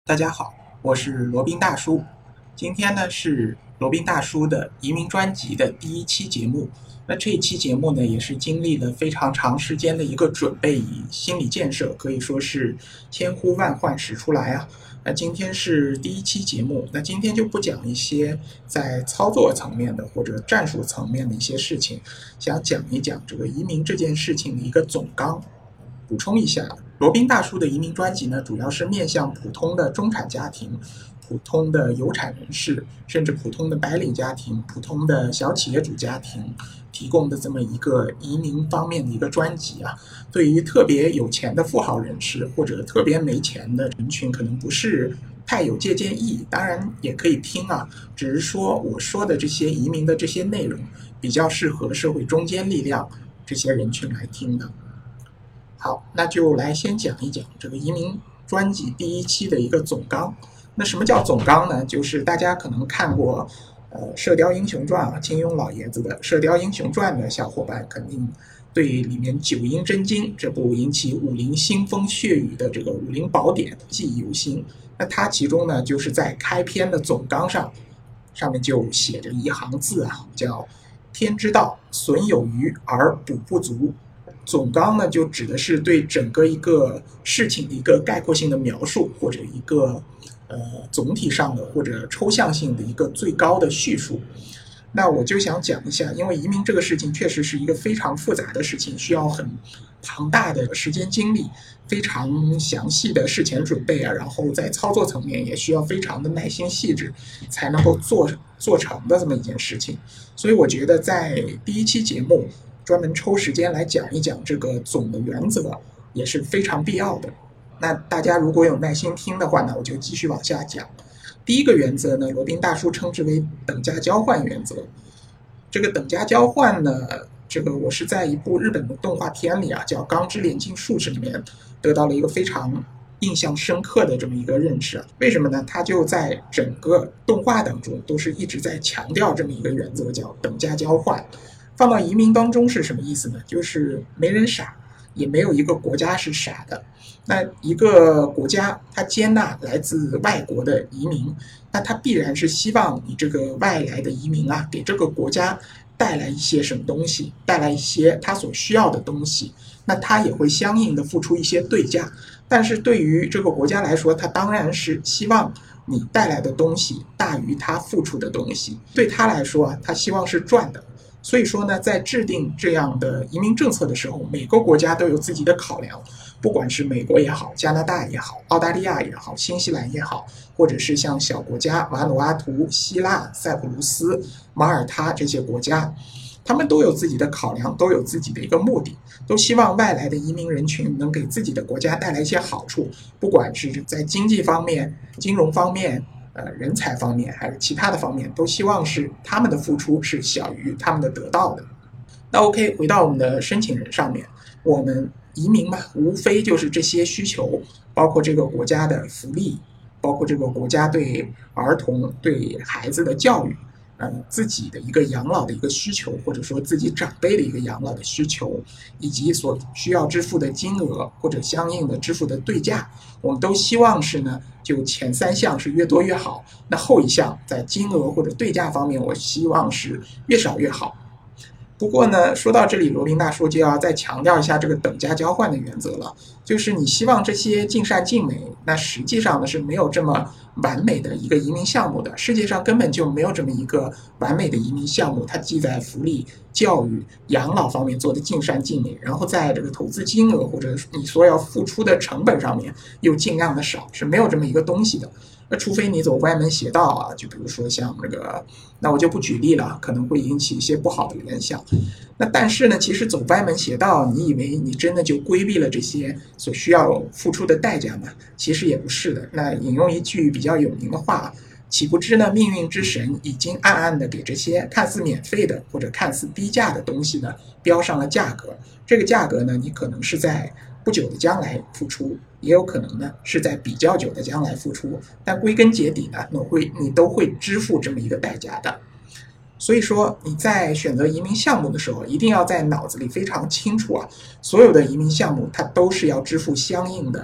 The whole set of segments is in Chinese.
大家好，我是罗宾大叔。今天呢是罗宾大叔的移民专辑的第一期节目。那这一期节目呢，也是经历了非常长时间的一个准备与心理建设，可以说是千呼万唤始出来啊。那今天是第一期节目，那今天就不讲一些在操作层面的或者战术层面的一些事情，想讲一讲这个移民这件事情的一个总纲。补充一下，罗宾大叔的移民专辑呢，主要是面向普通的中产家庭、普通的有产人士，甚至普通的白领家庭、普通的小企业主家庭提供的这么一个移民方面的一个专辑啊。对于特别有钱的富豪人士或者特别没钱的人群，可能不是太有借鉴意义，当然也可以听啊，只是说我说的这些移民的这些内容比较适合社会中坚力量这些人群来听的。好，那就来先讲一讲这个移民专辑第一期的一个总纲。那什么叫总纲呢？就是大家可能看过射雕英雄传啊，金庸老爷子的射雕英雄传的小伙伴肯定对里面九阴真经这部引起武林腥风血雨的这个武林宝典记忆犹新。那它其中呢，就是在开篇的总纲上面就写着一行字啊，叫天之道，损有余而补不足。总纲呢，就指的是对整个一个事情的一个概括性的描述，或者一个总体上的或者抽象性的一个最高的叙述。那我就想讲一下，因为移民这个事情确实是一个非常复杂的事情，需要很庞大的时间精力，非常详细的事前准备啊，然后在操作层面也需要非常的耐心细致，才能够做成的这么一件事情。所以我觉得在第一期节目专门抽时间来讲一讲这个总的原则也是非常必要的。那大家如果有耐心听的话呢，我就继续往下讲。第一个原则呢，罗宾大叔称之为等价交换原则。这个等价交换呢，这个我是在一部日本的动画片里啊，叫《钢之炼金术士》里面得到了一个非常印象深刻的这么一个认识。为什么呢？它就在整个动画当中都是一直在强调这么一个原则，叫等价交换。放到移民当中是什么意思呢？就是没人傻，也没有一个国家是傻的。那一个国家它接纳来自外国的移民，那它必然是希望你这个外来的移民啊，给这个国家带来一些什么东西，带来一些他所需要的东西，那他也会相应的付出一些对价。但是对于这个国家来说，他当然是希望你带来的东西大于他付出的东西，对他来说啊，他希望是赚的。所以说呢，在制定这样的移民政策的时候，每个国家都有自己的考量，不管是美国也好，加拿大也好，澳大利亚也好，新西兰也好，或者是像小国家瓦努阿图、希腊、塞浦路斯、马耳他这些国家，他们都有自己的考量，都有自己的一个目的，都希望外来的移民人群能给自己的国家带来一些好处，不管是在经济方面、金融方面、人才方面还是其他的方面，都希望是他们的付出是小于他们的得到的。那 OK， 回到我们的申请人上面，我们移民嘛，无非就是这些需求，包括这个国家的福利，包括这个国家对儿童、对孩子的教育，自己的一个养老的一个需求，或者说自己长辈的一个养老的需求，以及所需要支付的金额或者相应的支付的对价，我们都希望是呢，就前三项是越多越好，那后一项在金额或者对价方面，我希望是越少越好。不过呢，说到这里，罗宾大叔就要再强调一下这个等价交换的原则了，就是你希望这些尽善尽美，那实际上呢是没有这么完美的一个移民项目的，世界上根本就没有这么一个完美的移民项目，它既在福利、教育、养老方面做的尽善尽美，然后在这个投资金额或者你所要付出的成本上面又尽量的少，是没有这么一个东西的。那除非你走歪门邪道啊，就比如说像那个，那我就不举例了，可能会引起一些不好的联想。那但是呢，其实走歪门邪道，你以为你真的就规避了这些所需要付出的代价吗？其实也不是的。那引用一句比较有名的话，岂不知呢，命运之神已经暗暗的给这些看似免费的或者看似低价的东西呢标上了价格。这个价格呢，你可能是在不久的将来付出，也有可能呢是在比较久的将来付出，但归根结底呢，你都会支付这么一个代价的。所以说你在选择移民项目的时候，一定要在脑子里非常清楚啊，所有的移民项目它都是要支付相应的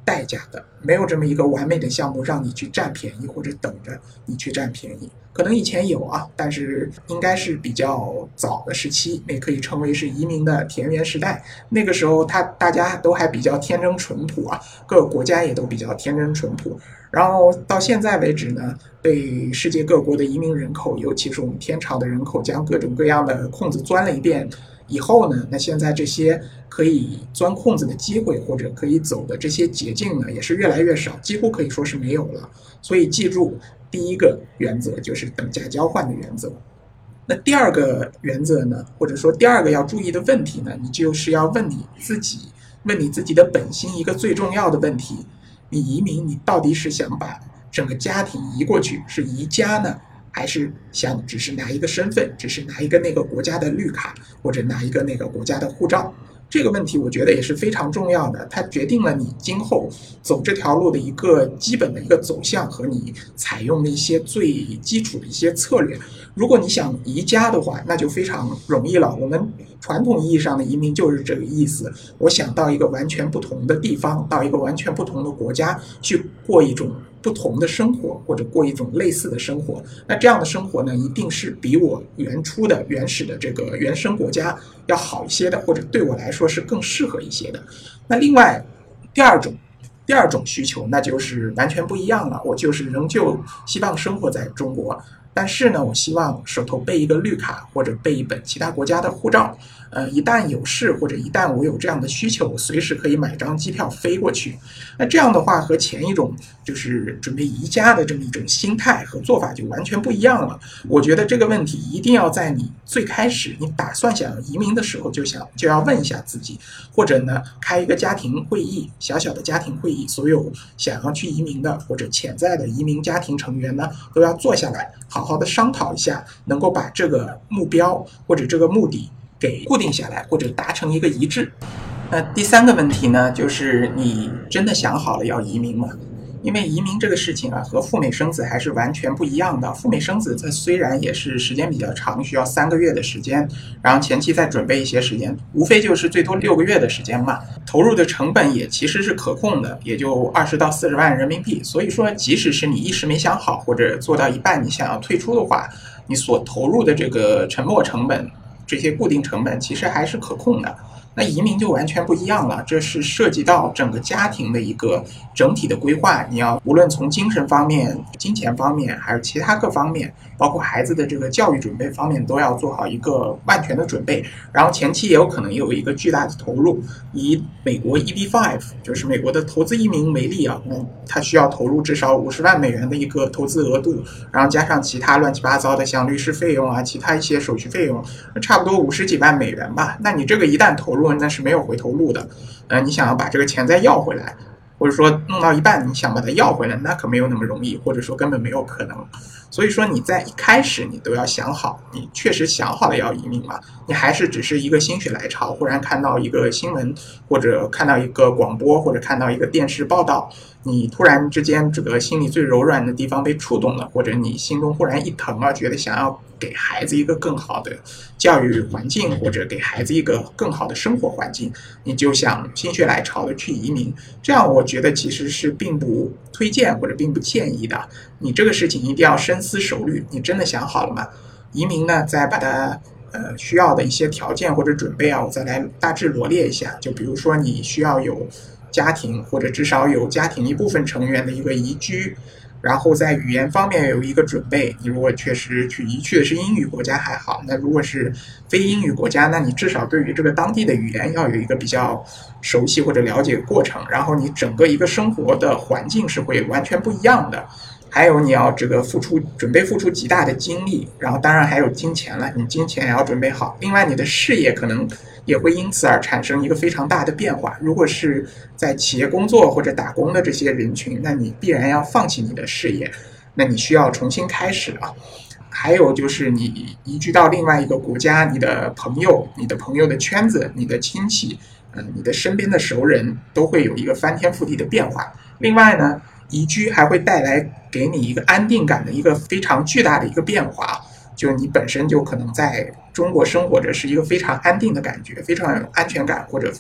代价的，没有这么一个完美的项目让你去占便宜或者等着你去占便宜。可能以前有啊，但是应该是比较早的时期，那可以称为是移民的田园时代。那个时候大家都还比较天真淳朴啊，各个国家也都比较天真淳朴。然后到现在为止呢，被世界各国的移民人口，尤其是我们天朝的人口，将各种各样的空子钻了一遍以后呢，那现在这些可以钻空子的机会或者可以走的这些捷径呢，也是越来越少，几乎可以说是没有了。所以记住，第一个原则就是等价交换的原则。那第二个原则呢，或者说第二个要注意的问题呢，你就是要问你自己的本心一个最重要的问题：你移民，你到底是想把整个家庭移过去，是移家呢，还是想只是拿一个身份，只是拿一个那个国家的绿卡，或者拿一个那个国家的护照？这个问题我觉得也是非常重要的，它决定了你今后走这条路的一个基本的一个走向和你采用的一些最基础的一些策略。如果你想移家的话，那就非常容易了。我们传统意义上的移民就是这个意思，我想到一个完全不同的地方，到一个完全不同的国家去过一种不同的生活，或者过一种类似的生活。那这样的生活呢，一定是比我原始的这个原生国家要好一些的，或者对我来说是更适合一些的。那另外第二种需求，那就是完全不一样了。我就是仍旧希望生活在中国，但是呢，我希望手头备一个绿卡，或者备一本其他国家的护照。一旦有事，或者一旦我有这样的需求，我随时可以买张机票飞过去。那这样的话，和前一种就是准备移家的这么一种心态和做法就完全不一样了。我觉得这个问题一定要在你最开始你打算想要移民的时候就要问一下自己，或者呢开一个家庭会议，小小的家庭会议，所有想要去移民的或者潜在的移民家庭成员呢，都要坐下来好好的商讨一下，能够把这个目标或者这个目的给固定下来，或者达成一个一致。那第三个问题呢，就是你真的想好了要移民吗？因为移民这个事情啊，和赴美生子还是完全不一样的。赴美生子它虽然也是时间比较长，需要3个月的时间，然后前期再准备一些时间，无非就是最多6个月的时间嘛。投入的成本也其实是可控的，也就20到40万人民币。所以说，即使是你一时没想好，或者做到一半你想要退出的话，你所投入的这个沉没成本，这些固定成本其实还是可控的。那移民就完全不一样了，这是涉及到整个家庭的一个整体的规划，你要无论从精神方面、金钱方面，还是其他各方面，包括孩子的这个教育准备方面，都要做好一个万全的准备。然后前期也有可能有一个巨大的投入。以美国 EB5 就是美国的投资移民为例啊，它需要投入至少50万美元的一个投资额度，然后加上其他乱七八糟的像律师费用啊，其他一些手续费用，差不多50几万美元吧。那你这个一旦投入，那是没有回头路的。你想要把这个钱再要回来，或者说弄到一半你想把它要回来，那可没有那么容易，或者说根本没有可能。所以说你在一开始你都要想好，你确实想好了要移民吗？你还是只是一个心血来潮，忽然看到一个新闻，或者看到一个广播，或者看到一个电视报道，你突然之间这个心里最柔软的地方被触动了，或者你心中忽然一疼啊，觉得想要给孩子一个更好的教育环境，或者给孩子一个更好的生活环境，你就想心血来潮的去移民。这样我觉得其实是并不推荐或者并不建议的。你这个事情一定要深思熟虑，你真的想好了吗？移民呢，再把它需要的一些条件或者准备啊，我再来大致罗列一下。就比如说你需要有家庭，或者至少有家庭一部分成员的一个移居，然后在语言方面有一个准备。你如果确实移去的是英语国家还好，那如果是非英语国家，那你至少对于这个当地的语言要有一个比较熟悉或者了解的过程，然后你整个一个生活的环境是会完全不一样的。还有你要这个准备付出极大的精力，然后当然还有金钱了，你金钱也要准备好。另外你的事业可能也会因此而产生一个非常大的变化。如果是在企业工作或者打工的这些人群，那你必然要放弃你的事业，那你需要重新开始啊。还有就是你移居到另外一个国家，你的朋友的圈子，你的亲戚，你的身边的熟人都会有一个翻天覆地的变化。另外呢，移居还会带来给你一个安定感的一个非常巨大的一个变化，就你本身就可能在中国生活着是一个非常安定的感觉，非常有安全感，或者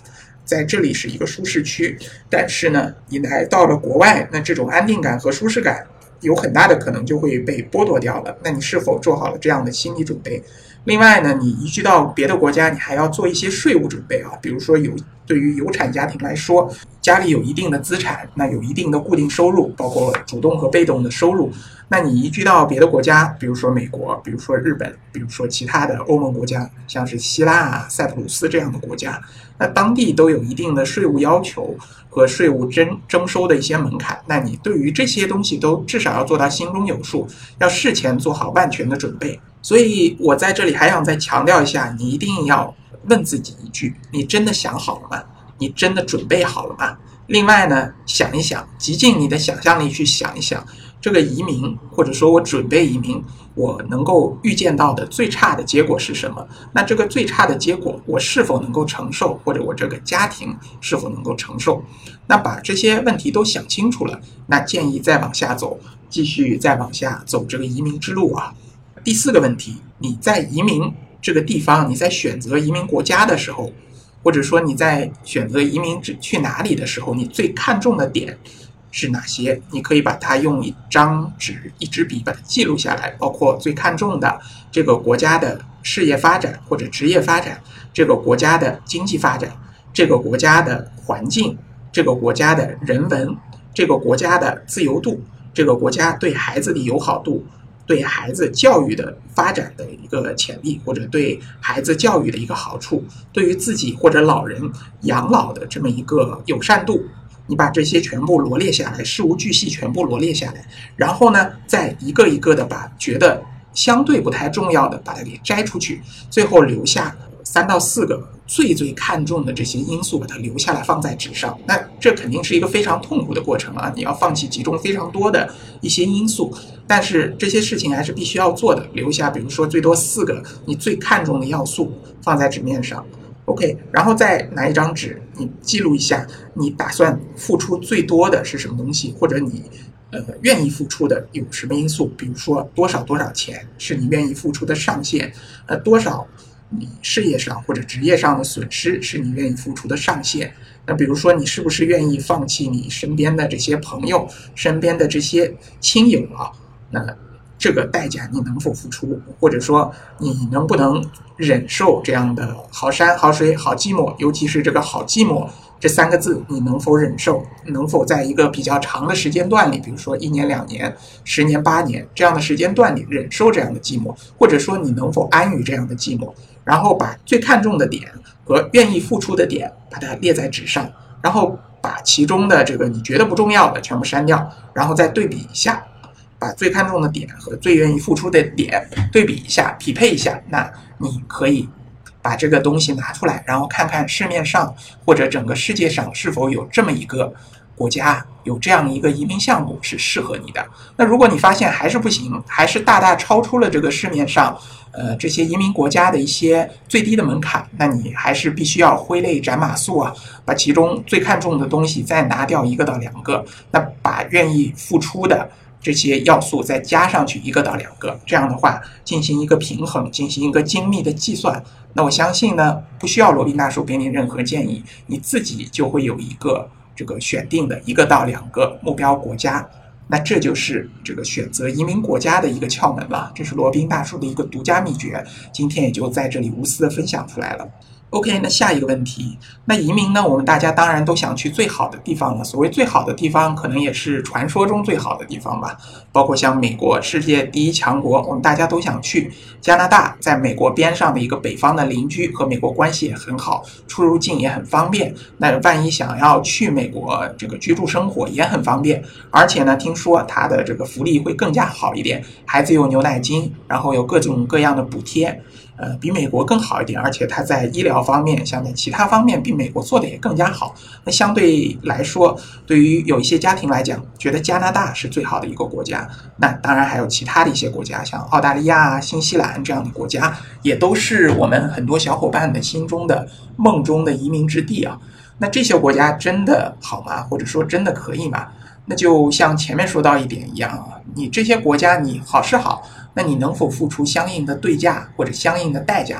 在这里是一个舒适区，但是呢，你来到了国外，那这种安定感和舒适感有很大的可能就会被剥夺掉了。那你是否做好了这样的心理准备？另外呢，你移居到别的国家，你还要做一些税务准备啊，比如说对于有产家庭来说，家里有一定的资产，那有一定的固定收入，包括主动和被动的收入。那你移居到别的国家，比如说美国，比如说日本，比如说其他的欧盟国家，像是希腊、塞浦路斯这样的国家，那当地都有一定的税务要求和税务征收的一些门槛。那你对于这些东西都至少要做到心中有数，要事前做好万全的准备。所以我在这里还想再强调一下，你一定要问自己一句：你真的想好了吗？你真的准备好了吗？另外呢，想一想，极尽你的想象力去想一想，这个移民或者说我准备移民，我能够预见到的最差的结果是什么？那这个最差的结果我是否能够承受，或者我这个家庭是否能够承受？那把这些问题都想清楚了，那建议再往下走，继续再往下走这个移民之路啊。第4个问题，你在移民这个地方，你在选择移民国家的时候，或者说你在选择移民去哪里的时候，你最看重的点是哪些？你可以把它用一张纸、一支笔把它记录下来，包括最看重的这个国家的事业发展或者职业发展，这个国家的经济发展，这个国家的环境，这个国家的人文，这个国家的自由度，这个国家对孩子的友好度，对孩子教育的发展的一个潜力，或者对孩子教育的一个好处，对于自己或者老人养老的这么一个友善度，你把这些全部罗列下来，事无巨细全部罗列下来，然后呢，再一个一个的把觉得相对不太重要的把它给摘出去，最后留下3到4个最看重的这些因素，把它留下来放在纸上。那这肯定是一个非常痛苦的过程啊！你要放弃其中非常多的一些因素，但是这些事情还是必须要做的。留下比如说最多4个你最看重的要素放在纸面上 ，OK， 然后再拿一张纸，你记录一下你打算付出最多的是什么东西，或者你愿意付出的有什么因素，比如说多少钱是你愿意付出的上限，多少你事业上或者职业上的损失是你愿意付出的上限。那比如说你是不是愿意放弃你身边的这些朋友，身边的这些亲友啊？那这个代价你能否付出，或者说你能不能忍受这样的好山好水好寂寞，尤其是这个好寂寞这3个字你能否忍受，能否在一个比较长的时间段里，比如说1年2年10年8年这样的时间段里忍受这样的寂寞，或者说你能否安于这样的寂寞，然后把最看重的点和愿意付出的点把它列在纸上，然后把其中的这个你觉得不重要的全部删掉，然后再对比一下，把最看重的点和最愿意付出的点对比一下，匹配一下，那你可以把这个东西拿出来，然后看看市面上或者整个世界上是否有这么一个国家，有这样一个移民项目是适合你的。那如果你发现还是不行，还是大大超出了这个市面上这些移民国家的一些最低的门槛，那你还是必须要挥泪斩马谡啊，把其中最看重的东西再拿掉1个到2个，那把愿意付出的这些要素再加上去1个到2个，这样的话进行一个平衡，进行一个精密的计算。那我相信呢，不需要罗宾大叔给你任何建议，你自己就会有一个这个选定的1个到2个目标国家。那这就是这个选择移民国家的一个窍门了，这是罗宾大叔的一个独家秘诀，今天也就在这里无私的分享出来了。OK， 那下一个问题，那移民呢，我们大家当然都想去最好的地方了。所谓最好的地方，可能也是传说中最好的地方吧。包括像美国，世界第1强国，我们大家都想去。加拿大在美国边上的一个北方的邻居，和美国关系也很好，出入境也很方便。那万一想要去美国这个居住生活也很方便，而且呢，听说它的这个福利会更加好一点，孩子有牛奶金，然后有各种各样的补贴。比美国更好一点，而且它在医疗方面，像在其他方面比美国做的也更加好。那相对来说，对于有一些家庭来讲，觉得加拿大是最好的一个国家。那当然还有其他的一些国家，像澳大利亚、新西兰这样的国家，也都是我们很多小伙伴的心中的梦中的移民之地啊。那这些国家真的好吗？或者说真的可以吗？那就像前面说到一点一样啊，你这些国家你好是好，那你能否付出相应的对价或者相应的代价呢？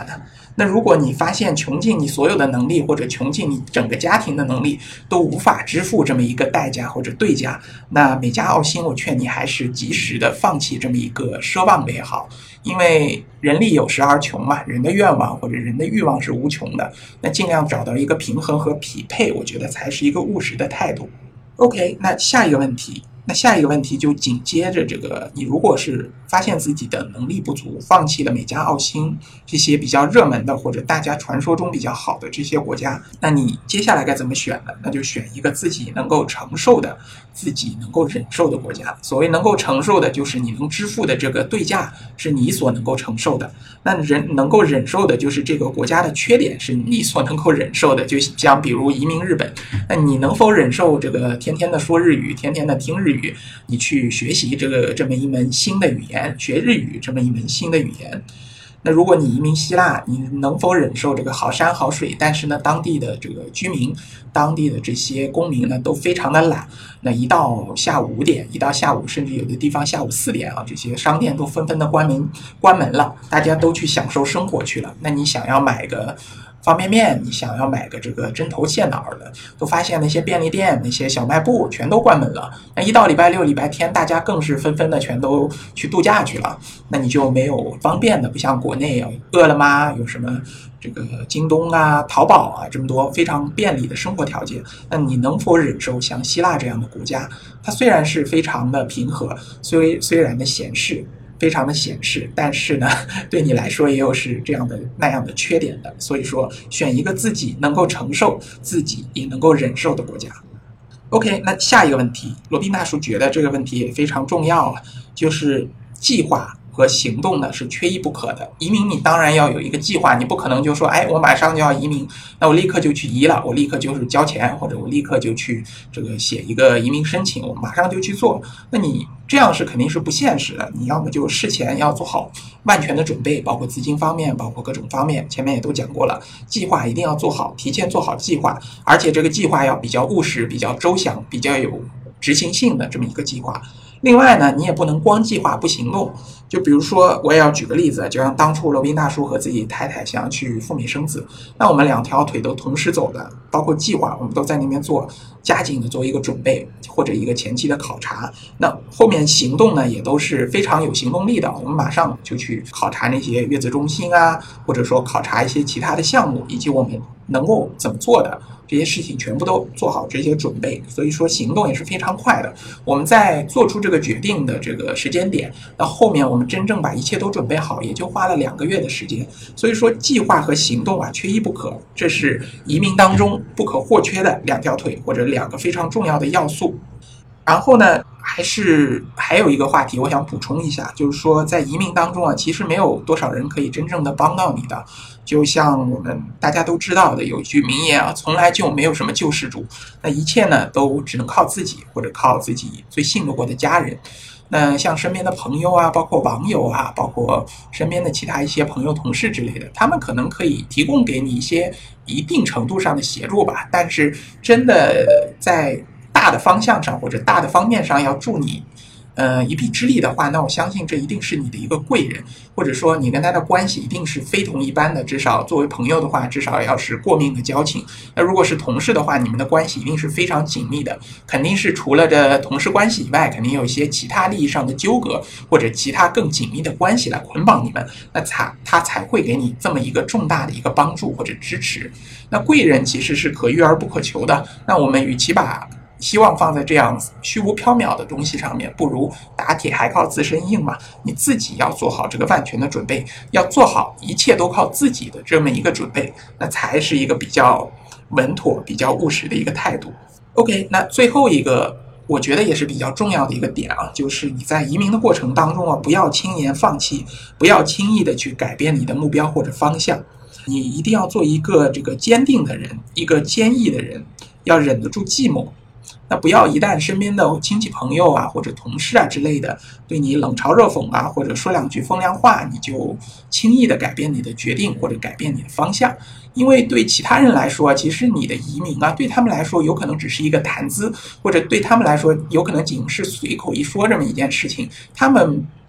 那如果你发现穷尽你所有的能力，或者穷尽你整个家庭的能力都无法支付这么一个代价或者对价，那美加澳新我劝你还是及时的放弃这么一个奢望为好。因为人力有时而穷嘛，人的愿望或者人的欲望是无穷的，那尽量找到一个平衡和匹配，我觉得才是一个务实的态度。OK， 那下一个问题就紧接着这个，你如果是发现自己的能力不足，放弃了美加澳新这些比较热门的或者大家传说中比较好的这些国家，那你接下来该怎么选呢？那就选一个自己能够承受的、自己能够忍受的国家。所谓能够承受的，就是你能支付的这个对价是你所能够承受的。那能够忍受的，就是这个国家的缺点是你所能够忍受的。就像比如移民日本，那你能否忍受这个天天的说日语，天天的听日语，你去学习这么一门新的语言，学日语这么一门新的语言？那如果你移民希腊，你能否忍受这个好山好水，但是呢，当地的这个居民、当地的这些公民呢，都非常的懒。那一到下午5点，一到下午甚至有的地方下午4点啊，这些商店都纷纷的关门了，大家都去享受生活去了。那你想要买个方便面，你想要买个这个针头线脑的，都发现那些便利店、那些小卖部全都关门了。那一到礼拜六、礼拜天，大家更是纷纷的全都去度假去了。那你就没有方便的，不像国内有饿了么，有什么这个京东啊、淘宝啊，这么多非常便利的生活条件。那你能否忍受像希腊这样的国家？它虽然是非常的平和，虽然的非常的显示，但是呢，对你来说也有是这样的那样的缺点的。所以说，选一个自己能够承受、自己也能够忍受的国家。OK， 那下一个问题，罗宾大叔觉得这个问题也非常重要啊，就是计划和行动呢是缺一不可的。移民你当然要有一个计划，你不可能就说，我马上就要移民，那我立刻就去移了，我立刻就是交钱，或者我立刻就去这个写一个移民申请，我马上就去做。那你这样是肯定是不现实的。你要么就事前要做好万全的准备，包括资金方面，包括各种方面，前面也都讲过了。计划一定要做好，提前做好计划，而且这个计划要比较务实、比较周详、比较有执行性的这么一个计划。另外呢，你也不能光计划不行动。就比如说，我也要举个例子，就像当初罗宾大叔和自己太太想要去赴美生子，那我们2条腿都同时走的，包括计划，我们都在那边加紧的做一个准备或者一个前期的考察。那后面行动呢，也都是非常有行动力的，我们马上就去考察那些月子中心啊，或者说考察一些其他的项目，以及我们能够怎么做的这些事情全部都做好这些准备。所以说行动也是非常快的。我们在做出这个决定的这个时间点，那后面我们真正把一切都准备好，也就花了2个月的时间。所以说计划和行动缺一不可，这是移民当中不可或缺的2条腿，或者2个非常重要的要素。然后呢，还有一个话题我想补充一下，就是说在移民当中其实没有多少人可以真正的帮到你的。就像我们大家都知道的有一句名言从来就没有什么救世主，那一切呢都只能靠自己，或者靠自己最信得过的家人。那像身边的朋友包括网友包括身边的其他一些朋友、同事之类的，他们可能可以提供给你一些一定程度上的协助吧，但是真的在大的方向上或者大的方面上要助你一臂之力的话，那我相信这一定是你的一个贵人，或者说你跟他的关系一定是非同一般的，至少作为朋友的话，至少要是过命的交情。那如果是同事的话，你们的关系一定是非常紧密的，肯定是除了这同事关系以外，肯定有一些其他利益上的纠葛，或者其他更紧密的关系来捆绑你们，那他才会给你这么一个重大的一个帮助或者支持。那贵人其实是可遇而不可求的，那我们与其把希望放在这样虚无缥缈的东西上面，不如打铁还靠自身硬嘛。你自己要做好这个万全的准备，要做好一切都靠自己的这么一个准备，那才是一个比较稳妥、比较务实的一个态度。OK， 那最后一个我觉得也是比较重要的一个点就是你在移民的过程当中不要轻言放弃，不要轻易的去改变你的目标或者方向。你一定要做一个这个坚定的人，一个坚毅的人，要忍得住寂寞。那不要一旦身边的亲戚朋友或者同事之类的对你冷嘲热讽或者说2句风凉话，你就轻易的改变你的决定或者改变你的方向。因为对其他人来说，其实你的移民对他们来说有可能只是一个谈资，或者对他们来说有可能仅是随口一说这么一件事情，他们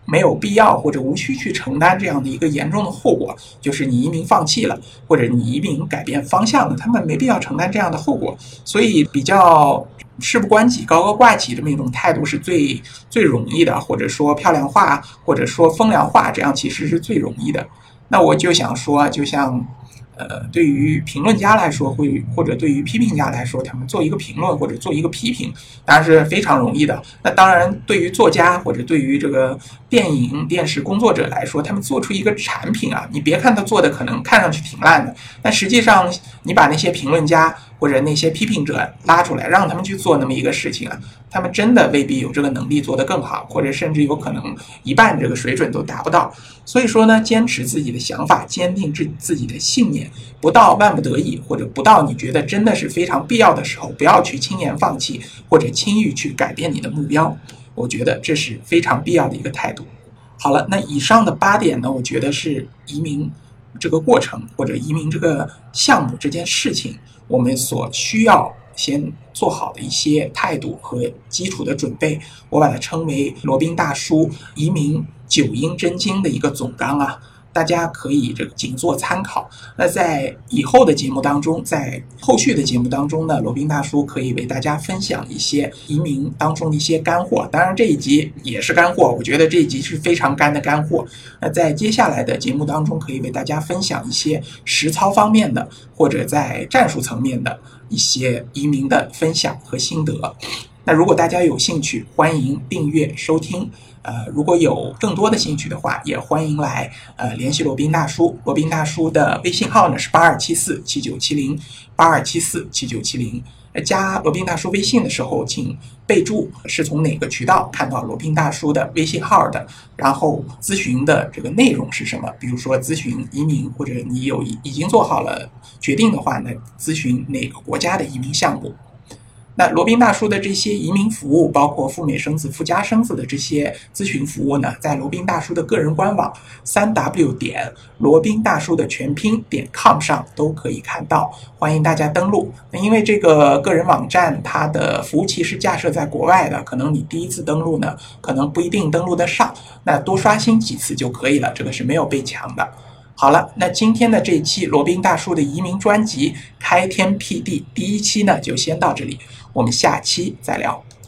没有必要或者无需去承担这样的一个严重的后果，就是你移民放弃了，或者你移民改变方向了，他们没必要承担这样的后果。所以比较事不关己高高挂起这么一种态度是最容易的，或者说漂亮话，或者说风凉话，这样其实是最容易的。那我就想说，就像对于评论家来说，或者对于批评家来说，他们做一个评论或者做一个批评，当然是非常容易的。那当然，对于作家或者对于这个电影、电视工作者来说，他们做出一个产品啊，你别看他做的可能看上去挺烂的，但实际上你把那些评论家或者那些批评者拉出来，让他们去做那么一个事情啊，他们真的未必有这个能力做得更好，或者甚至有可能一半这个水准都达不到。所以说呢，坚持自己的想法，坚定自己的信念，不到万不得已，或者不到你觉得真的是非常必要的时候，不要去轻言放弃，或者轻易去改变你的目标。我觉得这是非常必要的一个态度。好了，那以上的8点呢，我觉得是移民这个过程或者移民这个项目这件事情，我们所需要先做好的一些态度和基础的准备。我把它称为罗宾大叔移民9阴真经的一个总纲啊，大家可以这个仅做参考。那在以后的节目当中，在后续的节目当中呢，罗宾大叔可以为大家分享一些移民当中的一些干货。当然这一集也是干货，我觉得这一集是非常干的干货。那在接下来的节目当中，可以为大家分享一些实操方面的，或者在战术层面的一些移民的分享和心得。那如果大家有兴趣，欢迎订阅收听。如果有更多的兴趣的话，也欢迎来联系罗宾大叔。罗宾大叔的微信号呢是82747970，82747970。加罗宾大叔微信的时候，请备注是从哪个渠道看到罗宾大叔的微信号的，然后咨询的这个内容是什么。比如说咨询移民，或者你已经做好了决定的话呢，咨询哪个国家的移民项目。那罗宾大叔的这些移民服务，包括赴美生子、赴加生子的这些咨询服务呢，在罗宾大叔的个人官网3w 点罗宾大叔的全拼.com 上都可以看到，欢迎大家登录。因为这个个人网站它的服务器是架设在国外的，可能你第一次登录呢，可能不一定登录得上，那多刷新几次就可以了，这个是没有被抢的。好了，那今天的这一期罗宾大叔的移民专辑开天辟地第1期呢，就先到这里，我们下期再聊。